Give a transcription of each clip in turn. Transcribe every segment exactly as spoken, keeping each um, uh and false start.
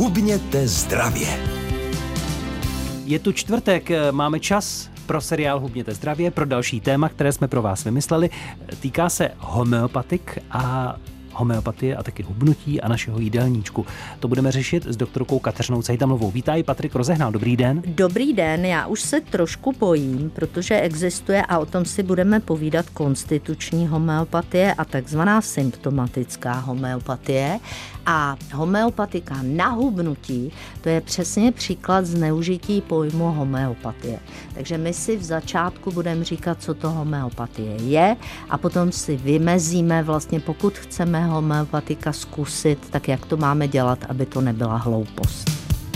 Hubněte zdravě. Je tu čtvrtek, máme čas pro seriál Hubněte zdravě, pro další téma, které jsme pro vás vymysleli. Týká se homeopatik a homeopatie a taky hubnutí a našeho jídelníčku. To budeme řešit s doktorkou Kateřinou Cajdamovou. Vítaj, Patrik Rozehnal, dobrý den. Dobrý den, já už se trošku bojím, protože existuje, a o tom si budeme povídat, konstituční homeopatie a takzvaná symptomatická homeopatie. A homeopatika na hubnutí, to je přesně příklad zneužití pojmu homeopatie. Takže my si v začátku budeme říkat, co to homeopatie je, a potom si vymezíme vlastně, pokud chceme homeopatika zkusit, tak jak to máme dělat, aby to nebyla hloupost.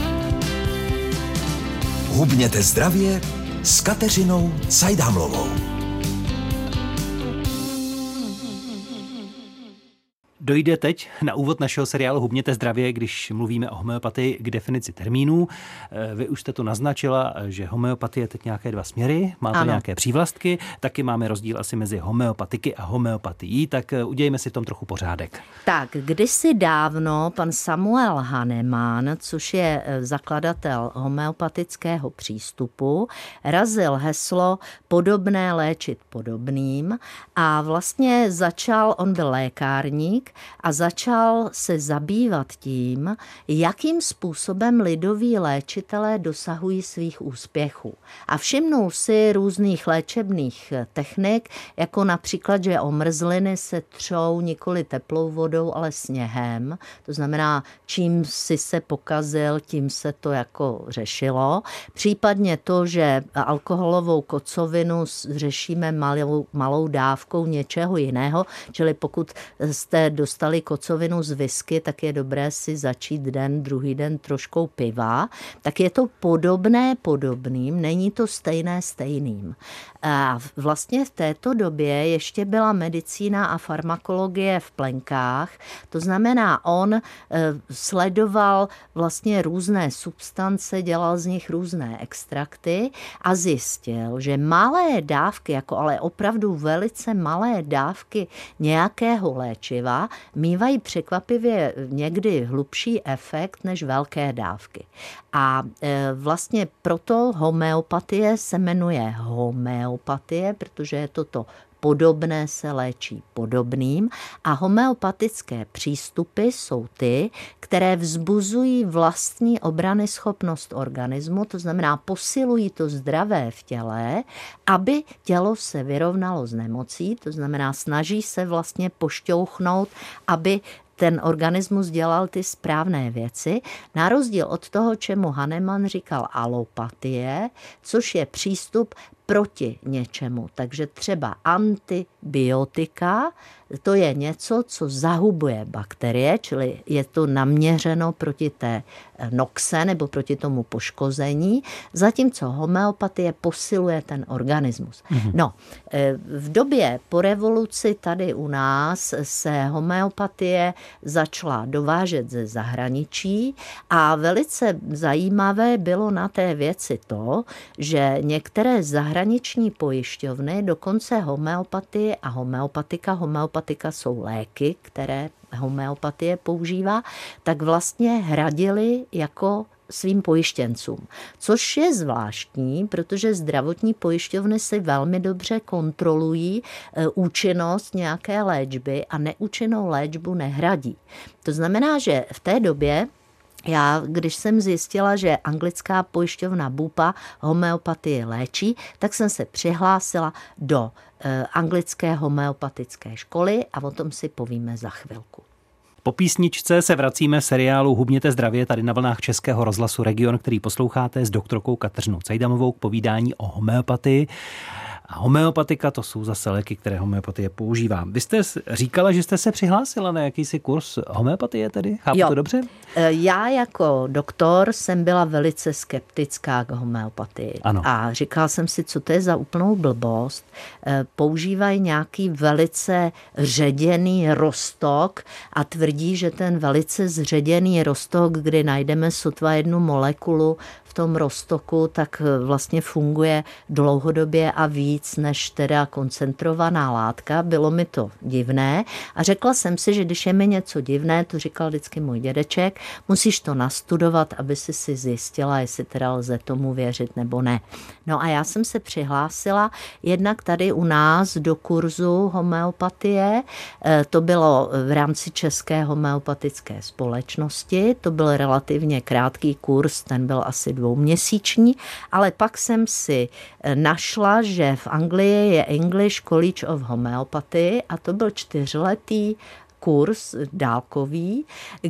Hubněte zdravě s Kateřinou Cajdamovou. Dojde teď na úvod našeho seriálu Hubněte zdravě, když mluvíme o homeopatii, k definici termínů. Vy už jste tu naznačila, že homeopatie je teď nějaké dva směry, má to ano. nějaké přívlastky, taky máme rozdíl asi mezi homeopatiky a homeopatií, tak udějme si v tom trochu pořádek. Tak, kdysi dávno pan Samuel Hahnemann, což je zakladatel homeopatického přístupu, razil heslo podobné léčit podobným a vlastně začal, on byl lékárník, a začal se zabývat tím, jakým způsobem lidoví léčitelé dosahují svých úspěchů. A všimnul si různých léčebných technik, jako například, že omrzliny se třou nikoli teplou vodou, ale sněhem. To znamená, čím si se pokazil, tím se to jako řešilo. Případně to, že alkoholovou kocovinu řešíme malou, malou dávkou něčeho jiného, čili pokud jste dostali kocovinu z whisky, tak je dobré si začít den, druhý den troškou piva, tak je to podobné podobným, není to stejné stejným. A vlastně v této době ještě byla medicína a farmakologie v plenkách, to znamená, on sledoval vlastně různé substance, dělal z nich různé extrakty a zjistil, že malé dávky, jako ale opravdu velice malé dávky nějakého léčiva mívají překvapivě někdy hlubší efekt než velké dávky. A e, vlastně proto homeopatie se jmenuje homeopatie, protože je to to podobné se léčí podobným a homeopatické přístupy jsou ty, které vzbuzují vlastní obranyschopnost organismu, to znamená posilují to zdravé v těle, aby tělo se vyrovnalo s nemocí, to znamená snaží se vlastně pošťouchnout, aby ten organismus dělal ty správné věci, na rozdíl od toho, čemu Hahnemann říkal alopatie, což je přístup proti něčemu. Takže třeba antibiotika, to je něco, co zahubuje bakterie, čili je to naměřeno proti té noxe nebo proti tomu poškození, zatímco homeopatie posiluje ten organismus. Mm-hmm. No, v době po revoluci tady u nás se homeopatie začala dovážet ze zahraničí a velice zajímavé bylo na té věci to, že některé zahraniční pojišťovny, dokonce homeopatie a homeopatika, homeopatika jsou léky, které homeopatie používá, tak vlastně hradili jako svým pojištěncům. Což je zvláštní, protože zdravotní pojišťovny si velmi dobře kontrolují e, účinnost nějaké léčby a neúčinnou léčbu nehradí. To znamená, že v té době já, když jsem zjistila, že anglická pojišťovna Bupa homeopatii léčí, tak jsem se přihlásila do e, anglické homeopatické školy a o tom si povíme za chvilku. Po písničce se vracíme v seriálu Hubněte zdravě tady na vlnách Českého rozhlasu Region, který posloucháte s doktorkou Kateřinou Cajdamovou k povídání o homeopatii. A homeopatika, to jsou zase léky, které homeopatie používá. Vy jste říkala, že jste se přihlásila na jakýsi kurz homeopatie tedy? Chápu jo. to dobře? Já jako doktor jsem byla velice skeptická k homeopatii. Ano. A říkala jsem si, co to je za úplnou blbost. Používají nějaký velice ředěný roztok a tvrdí, že ten velice zředěný roztok, kdy najdeme sotva jednu molekulu v tom roztoku, tak vlastně funguje dlouhodobě a ví, víc než teda koncentrovaná látka. Bylo mi to divné a řekla jsem si, že když je mi něco divné, to říkal vždycky můj dědeček, musíš to nastudovat, aby si si zjistila, jestli teda lze tomu věřit nebo ne. No a já jsem se přihlásila jednak tady u nás do kurzu homeopatie. To bylo v rámci České homeopatické společnosti. To byl relativně krátký kurz, ten byl asi dvouměsíční, ale pak jsem si našla, že v Anglii je English College of Homeopathy a to byl čtyřletý kurz dálkový,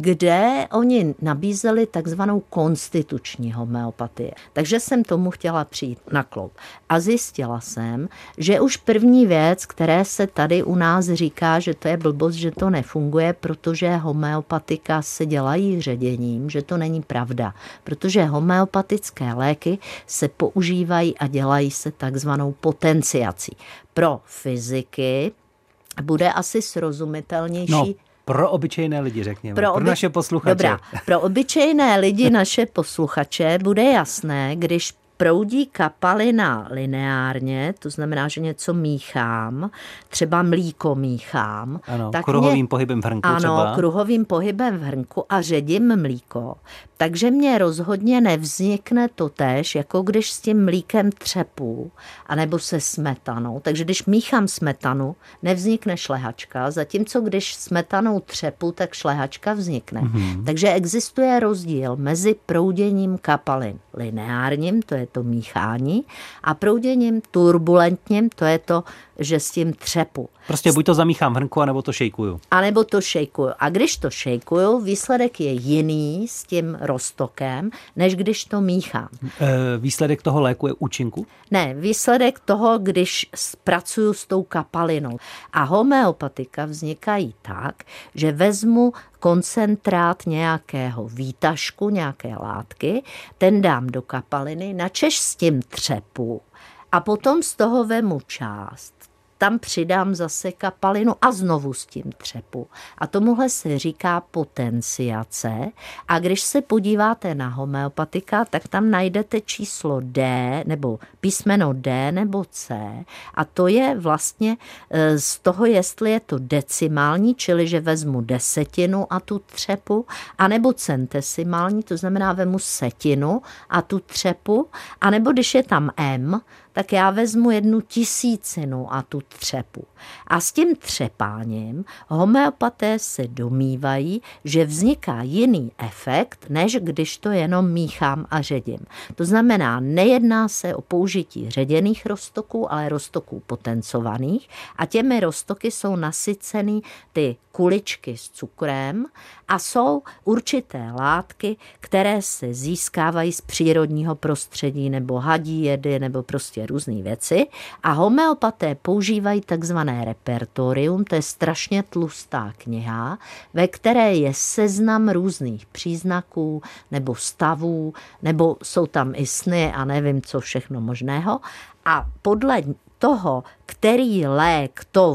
kde oni nabízeli takzvanou konstituční homeopatii. Takže jsem tomu chtěla přijít na kloub. A zjistila jsem, že už první věc, které se tady u nás říká, že to je blbost, že to nefunguje, protože homeopatika se dělají ředěním, že to není pravda. Protože homeopatické léky se používají a dělají se takzvanou potenciací. Pro fyziky bude asi srozumitelnější. No, pro obyčejné lidi, řekněme. Pro, oby... pro naše posluchače. Dobrá, pro obyčejné lidi, naše posluchače, bude jasné, když proudí kapalina lineárně, to znamená, že něco míchám, třeba mlíko míchám. Ano, tak kruhovým mě, pohybem v hrnku ano, třeba. Ano, kruhovým pohybem v hrnku a ředím mlíko. Takže mě rozhodně nevznikne to též, jako když s tím mlíkem třepu, anebo se smetanou. Takže když míchám smetanu, nevznikne šlehačka, zatímco když smetanou třepu, tak šlehačka vznikne. Mm-hmm. Takže existuje rozdíl mezi prouděním kapalin lineárním, to je to míchání, a prouděním turbulentním, to je to, že s tím třepu. Prostě buď to zamíchám v hrnku, anebo to šejkuju. A nebo to šejkuju. A když to šejkuju, výsledek je jiný s tím roztokem, než když to míchám. E, výsledek toho léku je účinku? Ne, výsledek toho, když pracuju s tou kapalinou. A homeopatika vznikají tak, že vezmu koncentrát nějakého výtažku, nějaké látky, ten dám do kapaliny, načež s tím třepu a potom z toho vemu část. Tam přidám zase kapalinu a znovu s tím třepu. A tomuhle se říká potenciace. A když se podíváte na homeopatika, tak tam najdete číslo D, nebo písmeno D nebo C. A to je vlastně z toho, jestli je to decimální, čili že vezmu desetinu a tu třepu, anebo centesimální, to znamená vemu setinu a tu třepu, anebo když je tam M, tak já vezmu jednu tisícinu a tu třepu. A s tím třepáním homeopaté se domývají, že vzniká jiný efekt, než když to jenom míchám a ředím. To znamená, nejedná se o použití ředěných roztoků, ale roztoků potencovaných a těmi roztoky jsou nasyceny ty kuličky s cukrem a jsou určité látky, které se získávají z přírodního prostředí nebo hadí jedy nebo prostě různé věci a homeopaté používají takzvané repertorium, to je strašně tlustá kniha, ve které je seznam různých příznaků nebo stavů, nebo jsou tam i sny a nevím co všechno možného a podle toho, který lék to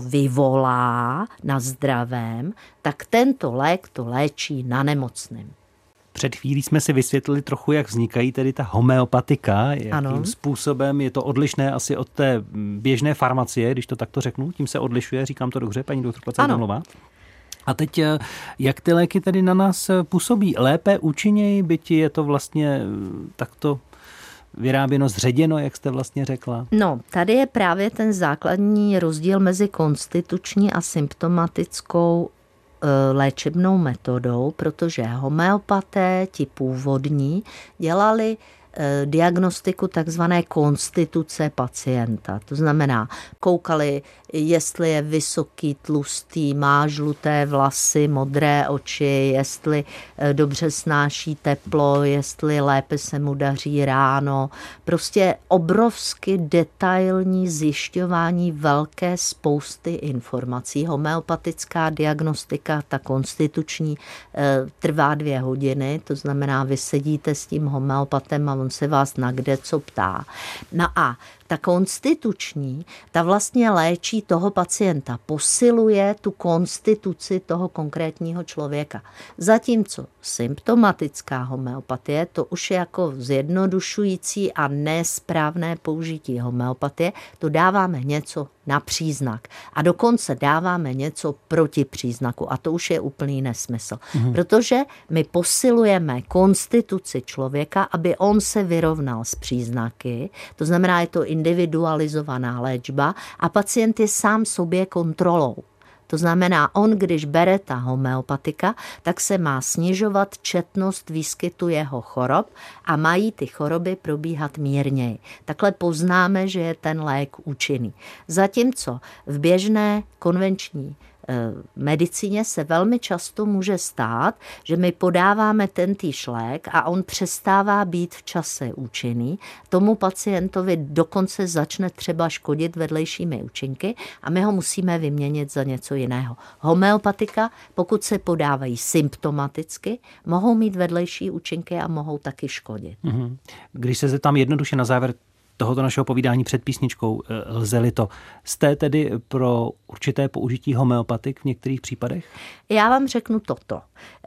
vyvolá na zdravém, tak tento lék to léčí na nemocném. Před chvílí jsme si vysvětlili trochu, jak vznikají tedy ta homeopatika, jakým ano. způsobem je to odlišné asi od té běžné farmacie, když to takto řeknu, tím se odlišuje, říkám to dobře, paní doktorka Cajdamlová. A teď, jak ty léky tedy na nás působí? Lépe, účinněji, byť je to vlastně takto vyráběno, zředěno, jak jste vlastně řekla? No, tady je právě ten základní rozdíl mezi konstituční a symptomatickou léčebnou metodou, protože homeopaté, ti původní, dělali diagnostiku takzvané konstituce pacienta. To znamená, koukali, jestli je vysoký, tlustý, má žluté vlasy, modré oči, jestli dobře snáší teplo, jestli lépe se mu daří ráno. Prostě obrovsky detailní zjišťování velké spousty informací. Homeopatická diagnostika, ta konstituční, trvá dvě hodiny, to znamená, vy sedíte s tím homeopatem a on se vás na kde co ptá. No a Ta konstituční, ta vlastně léčí toho pacienta, posiluje tu konstituci toho konkrétního člověka. Zatímco symptomatická homeopatie, to už je jako zjednodušující a nesprávné použití homeopatie, to dáváme něco na příznak. A dokonce dáváme něco proti příznaku. A to už je úplný nesmysl. Mhm. Protože my posilujeme konstituci člověka, aby on se vyrovnal s příznaky. To znamená, je to individualizovaná léčba a pacient je sám sobě kontrolou. To znamená, on, když bere ta homeopatika, tak se má snižovat četnost výskytu jeho chorob a mají ty choroby probíhat mírněji. Takhle poznáme, že je ten lék účinný. Zatímco v běžné konvenční medicíně se velmi často může stát, že my podáváme tentýž lék a on přestává být v čase účinný. Tomu pacientovi dokonce začne třeba škodit vedlejšími účinky a my ho musíme vyměnit za něco jiného. Homeopatika, pokud se podávají symptomaticky, mohou mít vedlejší účinky a mohou taky škodit. Když se zeptám jednoduše na závěr tohoto našeho povídání před písničkou, lze-li to, jste tedy pro určité použití homeopatik v některých případech? Já vám řeknu toto.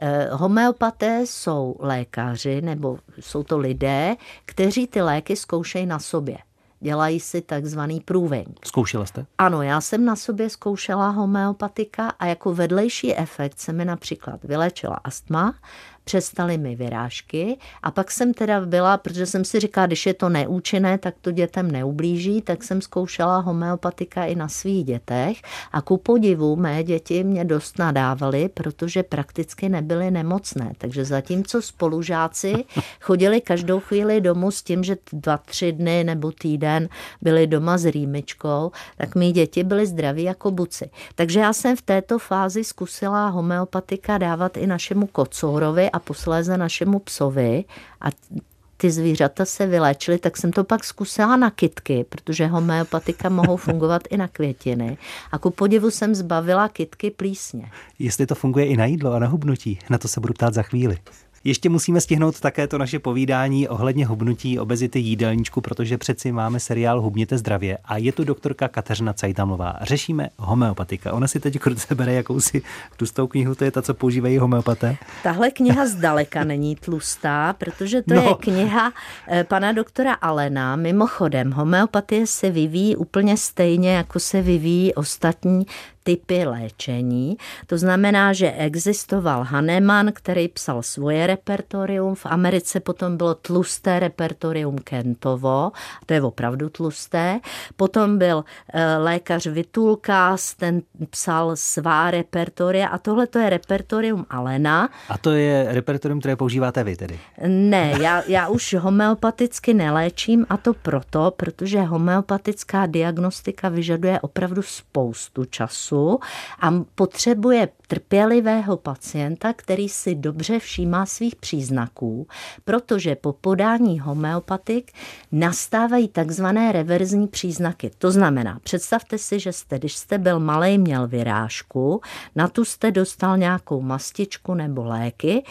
Homeopaté jsou lékaři, nebo jsou to lidé, kteří ty léky zkoušejí na sobě. Dělají si takzvaný proving. Zkoušela jste? Ano, já jsem na sobě zkoušela homeopatika a jako vedlejší efekt se mi například vylečila astma, přestaly mi vyrážky a pak jsem teda byla, protože jsem si říkala, když je to neúčinné, tak to dětem neublíží, tak jsem zkoušela homeopatika i na svých dětech a ku podivu mé děti mě dost nadávaly, protože prakticky nebyly nemocné. Takže zatímco spolužáci chodili každou chvíli domů s tím, že dva, tři dny nebo týden byli doma s rýmičkou, tak mý děti byly zdraví jako buci. Takže já jsem v této fázi zkusila homeopatika dávat i našemu kocourovi a posléze našemu psovi a ty zvířata se vyléčily, tak jsem to pak zkusila na kytky, protože homeopatika mohou fungovat i na květiny. A ku podivu jsem zbavila kytky plísně. Jestli to funguje i na jídlo a na hubnutí, na to se budu ptát za chvíli. Ještě musíme stihnout také to naše povídání ohledně hubnutí, obezity, jídelníčku, protože přeci máme seriál Hubněte zdravě a je tu doktorka Kateřina Cajtamlová. Řešíme homeopatika. Ona si teď krutce bere jakousi tlustou knihu, to je ta, co používají homeopaté. Tahle kniha zdaleka není tlustá, protože to no. je kniha pana doktora Allena. Mimochodem, homeopatie se vyvíjí úplně stejně, jako se vyvíjí ostatní typy léčení. To znamená, že existoval Hahnemann, který psal svoje repertorium. V Americe potom bylo tlusté repertorium Kentovo, to je opravdu tlusté. Potom byl lékař Vitulkas, ten psal svá repertoria a tohle to je repertorium Allena. A to je repertorium, které používáte vy tedy? Ne, já, já už homeopaticky neléčím a to proto, protože homeopatická diagnostika vyžaduje opravdu spoustu času a potřebuje trpělivého pacienta, který si dobře všímá svých příznaků, protože po podání homeopatik nastávají takzvané reverzní příznaky. To znamená, představte si, že jste, když jste byl malej, měl vyrážku, na tu jste dostal nějakou mastičku nebo léky,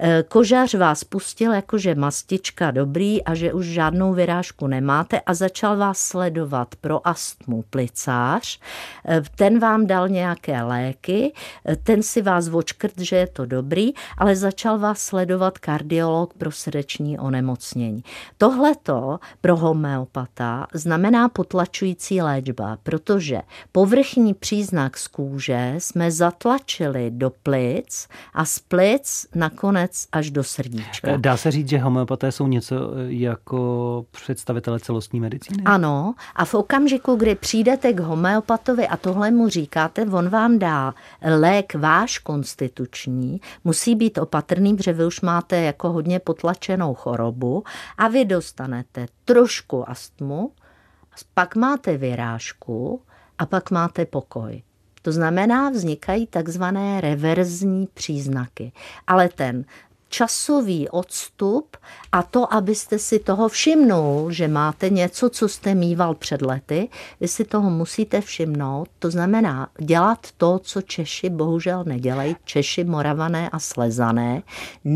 kožař vás pustil jakože mastička dobrý a že už žádnou vyrážku nemáte a začal vás sledovat pro astmu plicář, ten vám dal nějaké léky, ten si vás očkrt, že je to dobrý, ale začal vás sledovat kardiolog pro srdeční onemocnění. Tohleto pro homeopata znamená potlačující léčba, protože povrchní příznak z kůže jsme zatlačili do plic a z plic nakonec až do srdíčka. Dá se říct, že homeopaté jsou něco jako představitele celostní medicíny? Ano, a v okamžiku, kdy přijdete k homeopatovi a tohle mu říkáte, on vám dá lék váš konstituční, musí být opatrný, protože vy už máte jako hodně potlačenou chorobu a vy dostanete trošku astmu, pak máte vyrážku a pak máte pokoj. To znamená, vznikají takzvané reverzní příznaky. Ale ten časový odstup a to, abyste si toho všimnul, že máte něco, co jste mýval před lety, vy si toho musíte všimnout, to znamená dělat to, co Češi bohužel nedělají, Češi, Moravané a Slezané, ne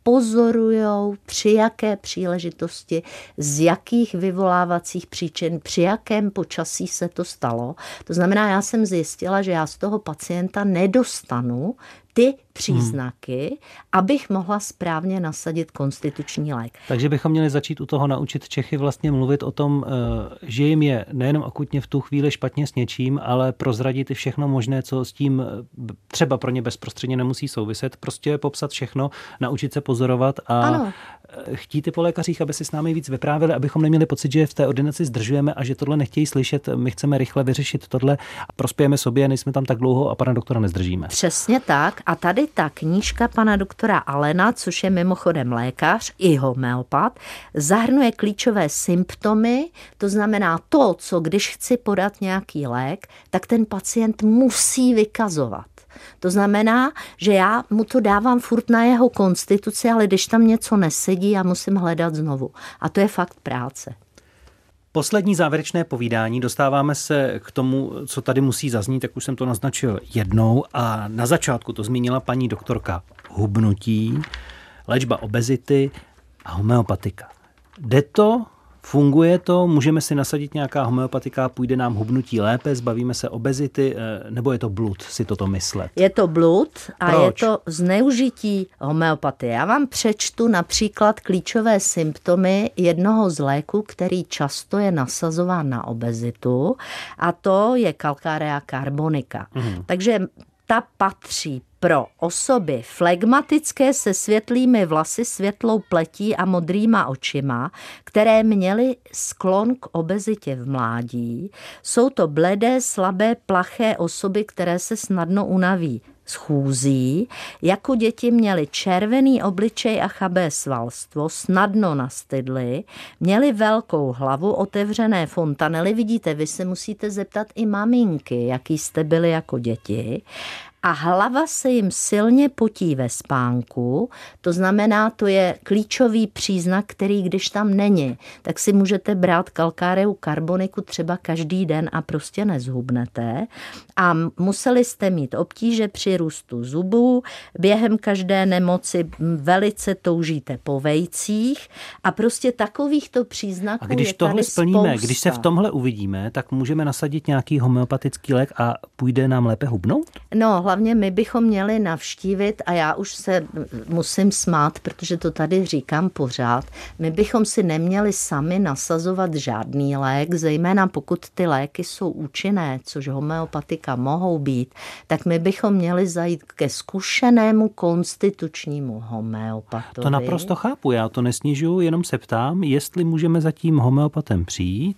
pozorujou, při jaké příležitosti, z jakých vyvolávacích příčin, při jakém počasí se to stalo. To znamená, já jsem zjistila, že já z toho pacienta nedostanu ty příznaky, hmm. abych mohla správně nasadit konstituční lék. Takže bychom měli začít u toho naučit Čechy vlastně mluvit o tom, že jim je nejenom akutně v tu chvíli špatně s něčím, ale prozradit i všechno možné, co s tím třeba pro ně bezprostředně nemusí souviset. Prostě popsat všechno, naučit se pozorovat a ano. chtít i po lékařích, aby si s námi víc vyprávěli, abychom neměli pocit, že v té ordinaci zdržujeme a že tohle nechtějí slyšet. My chceme rychle vyřešit tohle a prospějeme sobě, nejsme tam tak dlouho a pana doktora nezdržíme. Přesně tak. A tady ta knížka pana doktora Allena, což je mimochodem lékař i homeopat, zahrnuje klíčové symptomy, to znamená to, co když chci podat nějaký lék, tak ten pacient musí vykazovat. To znamená, že já mu to dávám furt na jeho konstituci, ale když tam něco nesedí, já musím hledat znovu. A to je fakt práce. Poslední závěrečné povídání, dostáváme se k tomu, co tady musí zaznít, tak už jsem to naznačil jednou a na začátku to zmínila paní doktorka hubnutí, léčba obezity a homeopatika. Jde to? Funguje to? Můžeme si nasadit nějaká homeopatika, půjde nám hubnutí lépe, zbavíme se obezity, nebo je to blud si toto myslet? Je to blud a Proč? Je to zneužití homeopatie. Já vám přečtu například klíčové symptomy jednoho z léků, který často je nasazován na obezitu, a to je calcarea carbonica. Mhm. Takže ta patří pro osoby flegmatické se světlými vlasy, světlou pletí a modrýma očima, které měly sklon k obezitě v mládí. Jsou to bledé, slabé, plaché osoby, které se snadno unaví schůzí. Jako děti měli červený obličej a chabé svalstvo, snadno nastydly, měli velkou hlavu, otevřené fontanely. Vidíte, vy se musíte zeptat i maminky, jaký jste byli jako děti. A hlava se jim silně potí ve spánku, to znamená, to je klíčový příznak, který když tam není, tak si můžete brát calcareu carboniku třeba každý den a prostě nezhubnete. A museli jste mít obtíže při růstu zubů, během každé nemoci velice toužíte po vejcích a prostě takovýchto příznaků a když je tohle tady splníme, spousta. Když se v tomhle uvidíme, tak můžeme nasadit nějaký homeopatický lék a půjde nám lépe hubnout? No, hlavně my bychom měli navštívit, a já už se musím smát, protože to tady říkám pořád, my bychom si neměli sami nasazovat žádný lék, zejména pokud ty léky jsou účinné, což homeopatika mohou být, tak my bychom měli zajít ke zkušenému konstitučnímu homeopatovi. To naprosto chápu, já to nesnižuju, jenom se ptám, jestli můžeme za tím homeopatem přijít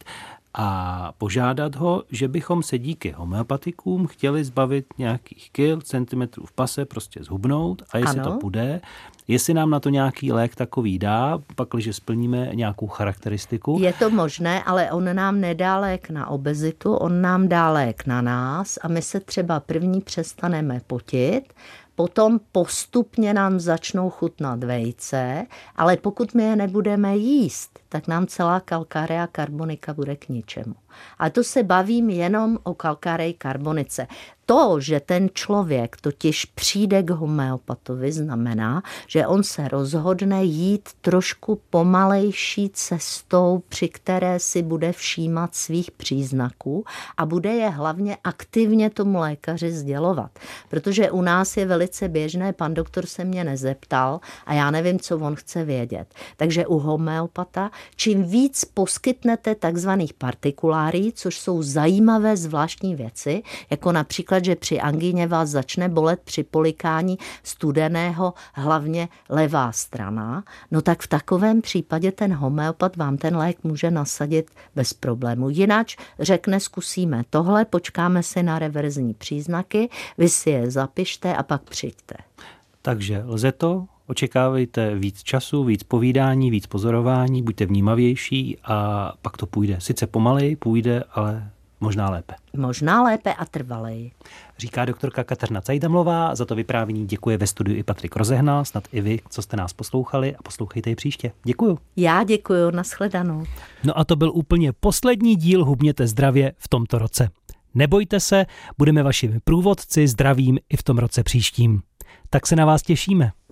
a požádat ho, že bychom se díky homeopatikům chtěli zbavit nějakých kil, centimetrů v pase, prostě zhubnout, a jestli ano. to půjde, jestli nám na to nějaký lék takový dá, pakliže splníme nějakou charakteristiku. Je to možné, ale on nám nedá lék na obezitu, on nám dá lék na nás a my se třeba první přestaneme potit, potom postupně nám začnou chutnat vejce, ale pokud my je nebudeme jíst, tak nám celá calcarea carbonica bude k ničemu. A to se bavím jenom o calcarei carbonice. To, že ten člověk totiž přijde k homeopatovi, znamená, že on se rozhodne jít trošku pomalejší cestou, při které si bude všímat svých příznaků a bude je hlavně aktivně tomu lékaři sdělovat. Protože u nás je velice běžné, pan doktor se mě nezeptal a já nevím, co on chce vědět. Takže u homeopata, čím víc poskytnete takzvaných partikulárí, což jsou zajímavé zvláštní věci, jako například, že při angíně vás začne bolet při polikání studeného hlavně levá strana, no tak v takovém případě ten homeopat vám ten lék může nasadit bez problému. Jináč řekne, zkusíme tohle, počkáme si na reverzní příznaky, vy si je zapište a pak přijďte. Takže lze to, očekávejte víc času, víc povídání, víc pozorování, buďte vnímavější a pak to půjde. Sice pomalej, půjde, ale možná lépe. Možná lépe a trvalej. Říká doktorka Kateřina Cajdamlová, za to vyprávění děkuje ve studiu i Patrik Rozehnal, snad i vy, co jste nás poslouchali a poslouchejte i příště. Děkuju. Já děkuju, nashledanou. No a to byl úplně poslední díl Hubněte zdravě v tomto roce. Nebojte se, budeme vašimi průvodci zdravím i v tom roce příštím. Tak se na vás těšíme.